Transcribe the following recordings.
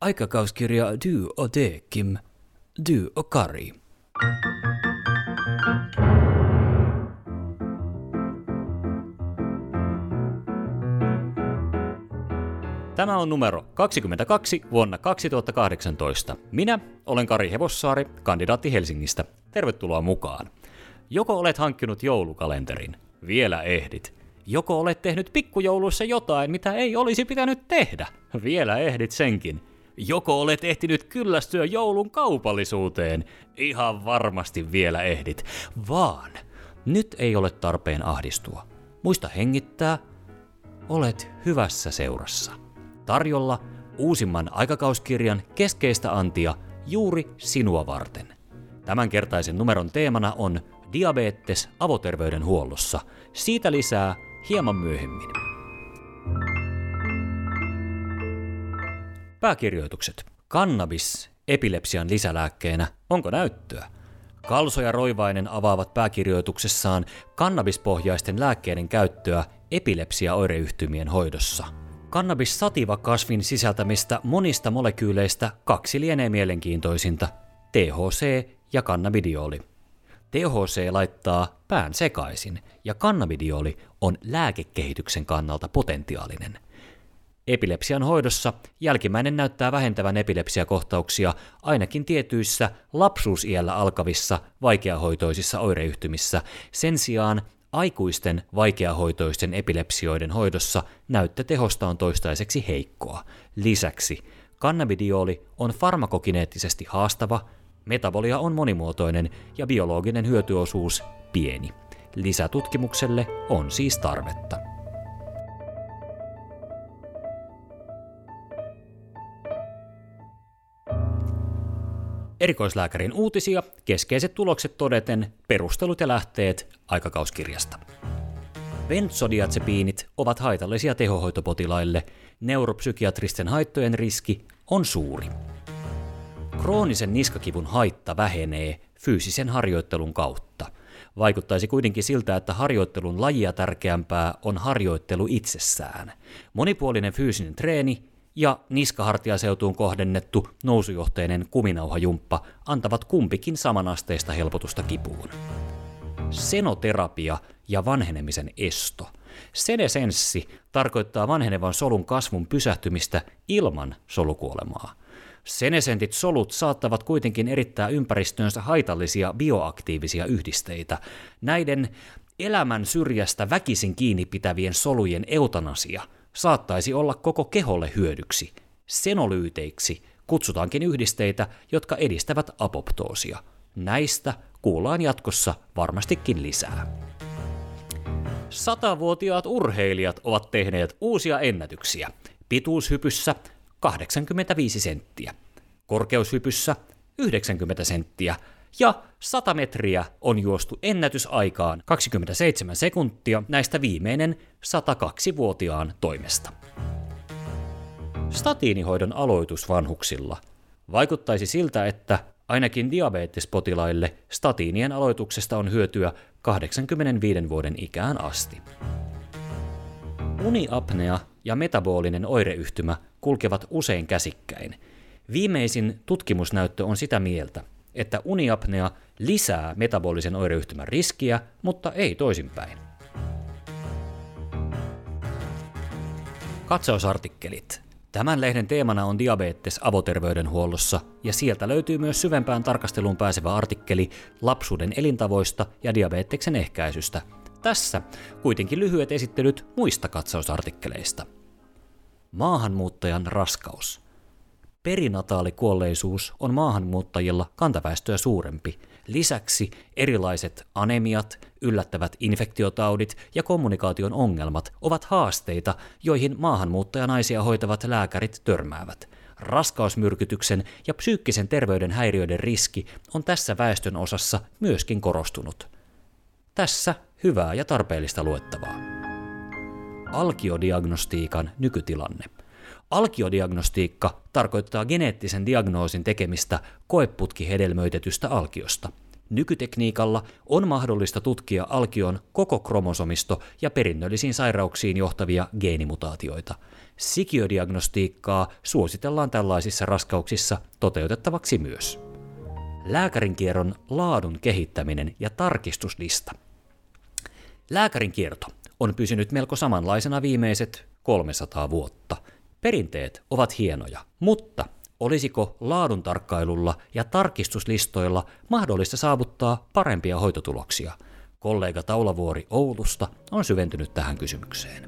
Aikakauskirja Du och Kim, Du och Kari. Tämä on numero 22 vuonna 2018. Minä olen Kari Hevossaari, kandidaatti Helsingistä. Tervetuloa mukaan. Joko olet hankkinut joulukalenterin? Vielä ehdit. Joko olet tehnyt pikkujouluissa jotain, mitä ei olisi pitänyt tehdä? Vielä ehdit senkin. Joko olet ehtinyt kyllästyä joulun kaupallisuuteen? Ihan varmasti vielä ehdit. Vaan nyt ei ole tarpeen ahdistua. Muista hengittää. Olet hyvässä seurassa. Tarjolla uusimman aikakauskirjan keskeistä antia juuri sinua varten. Tämänkertaisen numeron teemana on diabetes avoterveydenhuollossa. Siitä lisää hieman myöhemmin. Pääkirjoitukset. Kannabis epilepsian lisälääkkeenä. Onko näyttöä? Kalso ja Roivainen avaavat pääkirjoituksessaan kannabispohjaisten lääkkeiden käyttöä epilepsia-oireyhtymien hoidossa. Kannabis sativa kasvin sisältämistä monista molekyyleistä kaksi lienee mielenkiintoisinta, THC ja kannabidioli. THC laittaa pään sekaisin ja kannabidioli on lääkekehityksen kannalta potentiaalinen. Epilepsian hoidossa jälkimmäinen näyttää vähentävän epilepsiakohtauksia ainakin tietyissä lapsuusiällä alkavissa vaikeahoitoisissa oireyhtymissä. Sen sijaan aikuisten vaikeahoitoisten epilepsioiden hoidossa näyttötehosta on toistaiseksi heikkoa. Lisäksi kannabidioli on farmakokineettisesti haastava, metabolia on monimuotoinen ja biologinen hyötyosuus pieni. Lisätutkimukselle on siis tarvetta. Erikoislääkärin uutisia, keskeiset tulokset todeten, perustelut ja lähteet aikakauskirjasta. Benzodiazepiinit ovat haitallisia tehohoitopotilaille, neuropsykiatristen haittojen riski on suuri. Kroonisen niskakivun haitta vähenee fyysisen harjoittelun kautta. Vaikuttaisi kuitenkin siltä, että harjoittelun lajia tärkeämpää on harjoittelu itsessään. Monipuolinen fyysinen treeni ja niskahartiaseutuun kohdennettu nousujohteinen kuminauhajumppa antavat kumpikin samanasteista helpotusta kipuun. Senoterapia ja vanhenemisen esto. Senesenssi tarkoittaa vanhenevan solun kasvun pysähtymistä ilman solukuolemaa. Senesentit solut saattavat kuitenkin erittää ympäristöönsä haitallisia bioaktiivisia yhdisteitä. Näiden elämän syrjästä väkisin kiinni pitävien solujen eutanasia saattaisi olla koko keholle hyödyksi. Senolyyteiksi kutsutaankin yhdisteitä, jotka edistävät apoptoosia. Näistä kuullaan jatkossa varmastikin lisää. 100-vuotiaat urheilijat ovat tehneet uusia ennätyksiä. Pituushypyssä 85 senttiä, korkeushypyssä 90 senttiä ja 100 metriä on juostu ennätysaikaan 27 sekuntia, näistä viimeinen 102-vuotiaan toimesta. Statiinihoidon aloitus vanhuksilla. Vaikuttaisi siltä, että ainakin diabetespotilaille statiinien aloituksesta on hyötyä 85 vuoden ikään asti. Uniapnea ja metabolinen oireyhtymä kulkevat usein käsikkäin. Viimeisin tutkimusnäyttö on sitä mieltä, että uniapnea lisää metabolisen oireyhtymän riskiä, mutta ei toisinpäin. Katsausartikkelit. Tämän lehden teemana on diabetes avoterveydenhuollossa, ja sieltä löytyy myös syvempään tarkasteluun pääsevä artikkeli lapsuuden elintavoista ja diabeteksen ehkäisystä. Tässä kuitenkin lyhyet esittelyt muista katsausartikkeleista. Maahanmuuttajan raskaus. Perinataalikuolleisuus on maahanmuuttajilla kantaväestöä suurempi. Lisäksi erilaiset anemiat, yllättävät infektiotaudit ja kommunikaation ongelmat ovat haasteita, joihin maahanmuuttajanaisia hoitavat lääkärit törmäävät. Raskausmyrkytyksen ja psyykkisen terveyden häiriöiden riski on tässä väestönosassa myöskin korostunut. Tässä hyvää ja tarpeellista luettavaa. Alkiodiagnostiikan nykytilanne. Alkiodiagnostiikka tarkoittaa geneettisen diagnoosin tekemistä koeputkihedelmöitetystä alkiosta. Nykytekniikalla on mahdollista tutkia alkion koko kromosomisto ja perinnöllisiin sairauksiin johtavia geenimutaatioita. Sikiödiagnostiikkaa suositellaan tällaisissa raskauksissa toteutettavaksi myös. Lääkärinkierron laadun kehittäminen ja tarkistuslista. Lääkärinkierto on pysynyt melko samanlaisena viimeiset 300 vuotta. Perinteet ovat hienoja, mutta olisiko laadun tarkkailulla ja tarkistuslistoilla mahdollista saavuttaa parempia hoitotuloksia? Kollega Taulavuori Oulusta on syventynyt tähän kysymykseen.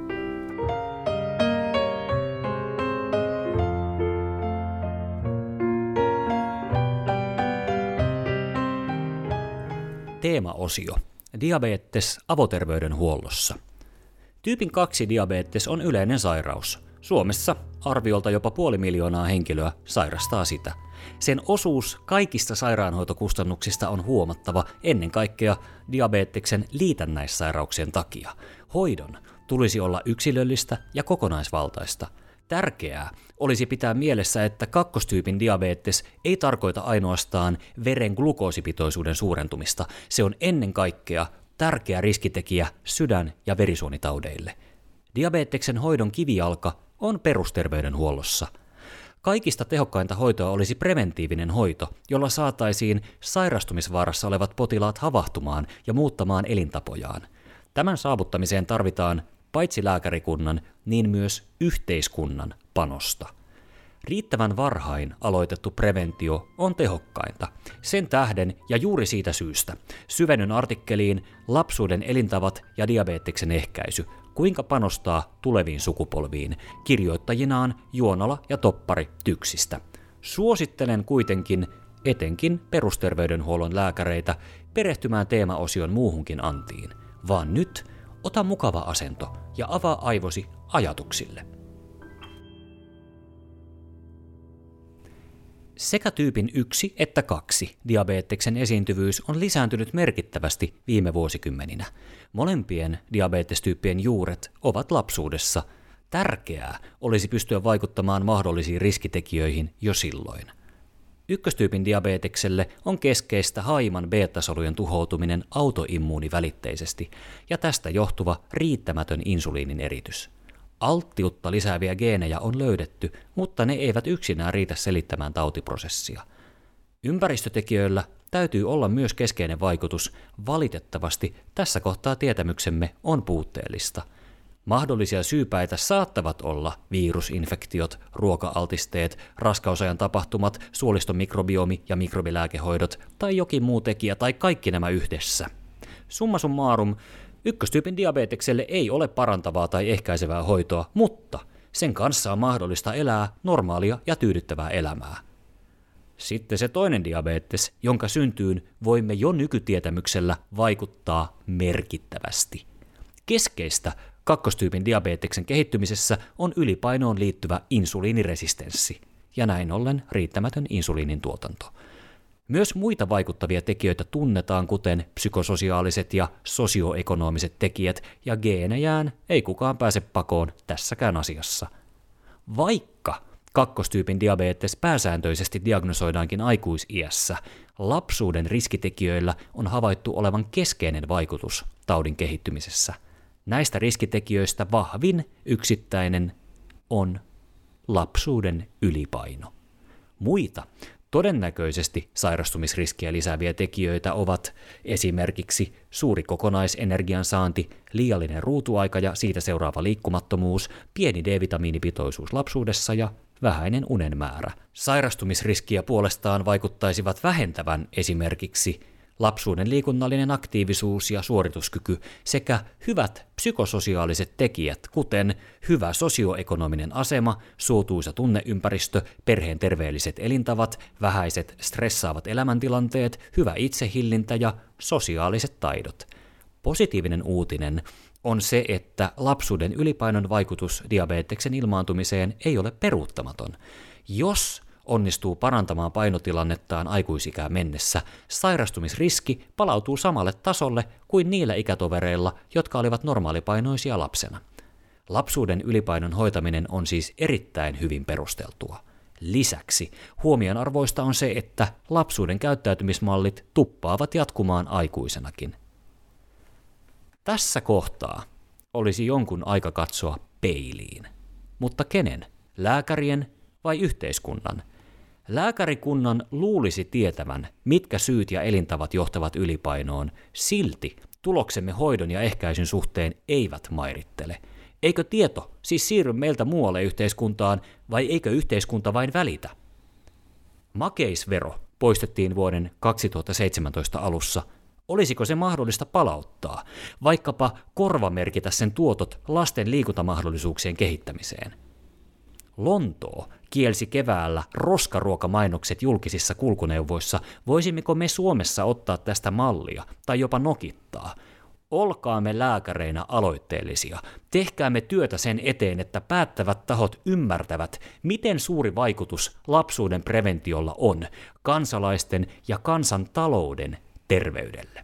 Teemaosio. Diabetes avoterveydenhuollossa. Tyypin 2 diabetes on yleinen sairaus. Suomessa arviolta jopa 500 000 henkilöä sairastaa sitä. Sen osuus kaikista sairaanhoitokustannuksista on huomattava ennen kaikkea diabeteksen liitännäissairauksien takia. Hoidon tulisi olla yksilöllistä ja kokonaisvaltaista. Tärkeää olisi pitää mielessä, että kakkostyypin diabetes ei tarkoita ainoastaan veren glukoosipitoisuuden suurentumista. Se on ennen kaikkea tärkeä riskitekijä sydän- ja verisuonitaudeille. Diabeteksen hoidon kivijalka on perusterveydenhuollossa. Kaikista tehokkainta hoitoa olisi preventiivinen hoito, jolla saataisiin sairastumisvaarassa olevat potilaat havahtumaan ja muuttamaan elintapojaan. Tämän saavuttamiseen tarvitaan paitsi lääkärikunnan, niin myös yhteiskunnan panosta. Riittävän varhain aloitettu preventio on tehokkainta. Sen tähden ja juuri siitä syystä syvennyn artikkeliin Lapsuuden elintavat ja diabeteksen ehkäisy, kuinka panostaa tuleviin sukupolviin, kirjoittajinaan Juonala ja Toppari Tyksistä. Suosittelen kuitenkin etenkin perusterveydenhuollon lääkäreitä perehtymään teemaosion muuhunkin antiin, vaan nyt ota mukava asento ja avaa aivosi ajatuksille. Sekä tyypin 1 että 2 diabeteksen esiintyvyys on lisääntynyt merkittävästi viime vuosikymmeninä. Molempien diabetestyyppien juuret ovat lapsuudessa. Tärkeää olisi pystyä vaikuttamaan mahdollisiin riskitekijöihin jo silloin. Ykköstyypin diabetekselle on keskeistä haiman beta-solujen tuhoutuminen autoimmuunivälitteisesti ja tästä johtuva riittämätön insuliinin eritys. Alttiutta lisääviä geenejä on löydetty, mutta ne eivät yksinään riitä selittämään tautiprosessia. Ympäristötekijöillä täytyy olla myös keskeinen vaikutus. Valitettavasti tässä kohtaa tietämyksemme on puutteellista. Mahdollisia syypäitä saattavat olla virusinfektiot, ruoka-altisteet, raskausajan tapahtumat, suoliston mikrobiomi ja mikrobilääkehoidot tai jokin muu tekijä tai kaikki nämä yhdessä. Summa summarum, ykköstyypin diabetekselle ei ole parantavaa tai ehkäisevää hoitoa, mutta sen kanssa on mahdollista elää normaalia ja tyydyttävää elämää. Sitten se toinen diabetes, jonka syntyyn voimme jo nykytietämyksellä vaikuttaa merkittävästi. Keskeistä kakkostyypin diabeteksen kehittymisessä on ylipainoon liittyvä insuliiniresistenssi ja näin ollen riittämätön insuliinin tuotanto. Myös muita vaikuttavia tekijöitä tunnetaan, kuten psykososiaaliset ja sosioekonomiset tekijät, ja geenejään ei kukaan pääse pakoon tässäkään asiassa. Vaikka kakkostyypin diabetes pääsääntöisesti diagnosoidaankin aikuisiässä, lapsuuden riskitekijöillä on havaittu olevan keskeinen vaikutus taudin kehittymisessä. Näistä riskitekijöistä vahvin yksittäinen on lapsuuden ylipaino. Muita todennäköisesti sairastumisriskiä lisääviä tekijöitä ovat esimerkiksi suuri kokonaisenergian saanti, liiallinen ruutuaika ja siitä seuraava liikkumattomuus, pieni D-vitamiinipitoisuus lapsuudessa ja vähäinen unen määrä. Sairastumisriskiä puolestaan vaikuttaisivat vähentävän esimerkiksi lapsuuden liikunnallinen aktiivisuus ja suorituskyky sekä hyvät psykososiaaliset tekijät, kuten hyvä sosioekonominen asema, suotuisa tunneympäristö, perheen terveelliset elintavat, vähäiset stressaavat elämäntilanteet, hyvä itsehillintä ja sosiaaliset taidot. Positiivinen uutinen on se, että lapsuuden ylipainon vaikutus diabeteksen ilmaantumiseen ei ole peruuttamaton. Jos onnistuu parantamaan painotilannettaan aikuisikään mennessä, sairastumisriski palautuu samalle tasolle kuin niillä ikätovereilla, jotka olivat normaalipainoisia lapsena. Lapsuuden ylipainon hoitaminen on siis erittäin hyvin perusteltua. Lisäksi huomionarvoista on se, että lapsuuden käyttäytymismallit tuppaavat jatkumaan aikuisenakin. Tässä kohtaa olisi jonkun aika katsoa peiliin. Mutta kenen? Lääkärien vai yhteiskunnan? Lääkärikunnan luulisi tietävän, mitkä syyt ja elintavat johtavat ylipainoon, silti tuloksemme hoidon ja ehkäisyn suhteen eivät mairittele. Eikö tieto siis siirry meiltä muualle yhteiskuntaan, vai eikö yhteiskunta vain välitä? Makeisvero poistettiin vuoden 2017 alussa. Olisiko se mahdollista palauttaa, vaikkapa korvamerkitä sen tuotot lasten liikuntamahdollisuuksien kehittämiseen? Lontoo kielsi keväällä roskaruokamainokset julkisissa kulkuneuvoissa. Voisimmeko me Suomessa ottaa tästä mallia tai jopa nokittaa? Olkaamme lääkäreinä aloitteellisia. Tehkäämme työtä sen eteen, että päättävät tahot ymmärtävät, miten suuri vaikutus lapsuuden preventiolla on kansalaisten ja kansantalouden terveydelle.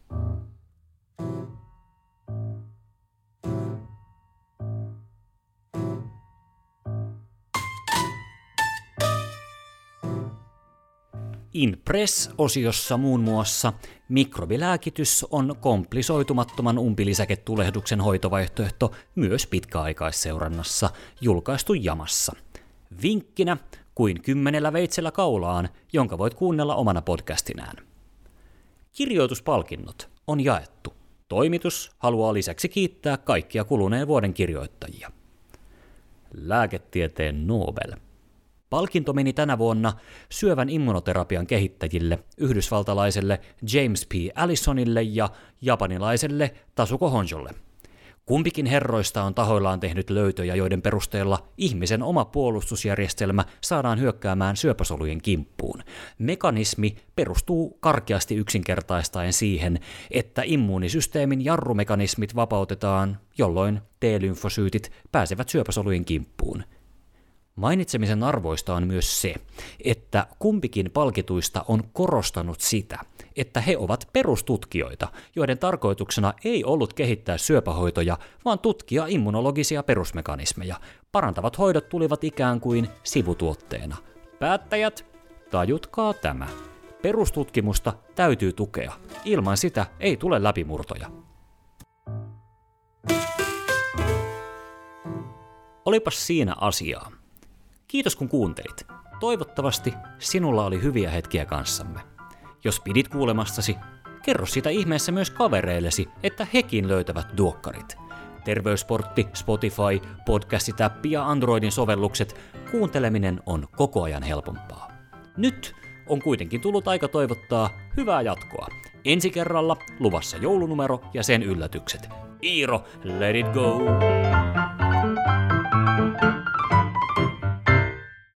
In Press-osiossa muun muassa mikrobilääkitys on komplisoitumattoman umpilisäketulehduksen hoitovaihtoehto myös pitkäaikaisseurannassa julkaistu Jamassa. Vinkkinä kuin 10 veitsellä kaulaan, jonka voit kuunnella omana podcastinään. Kirjoituspalkinnot on jaettu. Toimitus haluaa lisäksi kiittää kaikkia kuluneen vuoden kirjoittajia. Lääketieteen Nobel. Palkinto meni tänä vuonna syövän immunoterapian kehittäjille, yhdysvaltalaiselle James P. Allisonille ja japanilaiselle Tasuko Honjolle. Kumpikin herroista on tahoillaan tehnyt löytöjä, joiden perusteella ihmisen oma puolustusjärjestelmä saadaan hyökkäämään syöpäsolujen kimppuun. Mekanismi perustuu karkeasti yksinkertaistaen siihen, että immuunisysteemin jarrumekanismit vapautetaan, jolloin T-lymfosyytit pääsevät syöpäsolujen kimppuun. Mainitsemisen arvoista on myös se, että kumpikin palkituista on korostanut sitä, että he ovat perustutkijoita, joiden tarkoituksena ei ollut kehittää syöpähoitoja, vaan tutkia immunologisia perusmekanismeja. Parantavat hoidot tulivat ikään kuin sivutuotteena. Päättäjät, tajutkaa tämä. Perustutkimusta täytyy tukea. Ilman sitä ei tule läpimurtoja. Olipas siinä asiaa. Kiitos kun kuuntelit. Toivottavasti sinulla oli hyviä hetkiä kanssamme. Jos pidit kuulemastasi, kerro sitä ihmeessä myös kavereillesi, että hekin löytävät duokkarit. Terveysportti, Spotify, podcastitäppi ja Androidin sovellukset, kuunteleminen on koko ajan helpompaa. Nyt on kuitenkin tullut aika toivottaa hyvää jatkoa. Ensi kerralla luvassa joulunumero ja sen yllätykset. Iiro, let it go!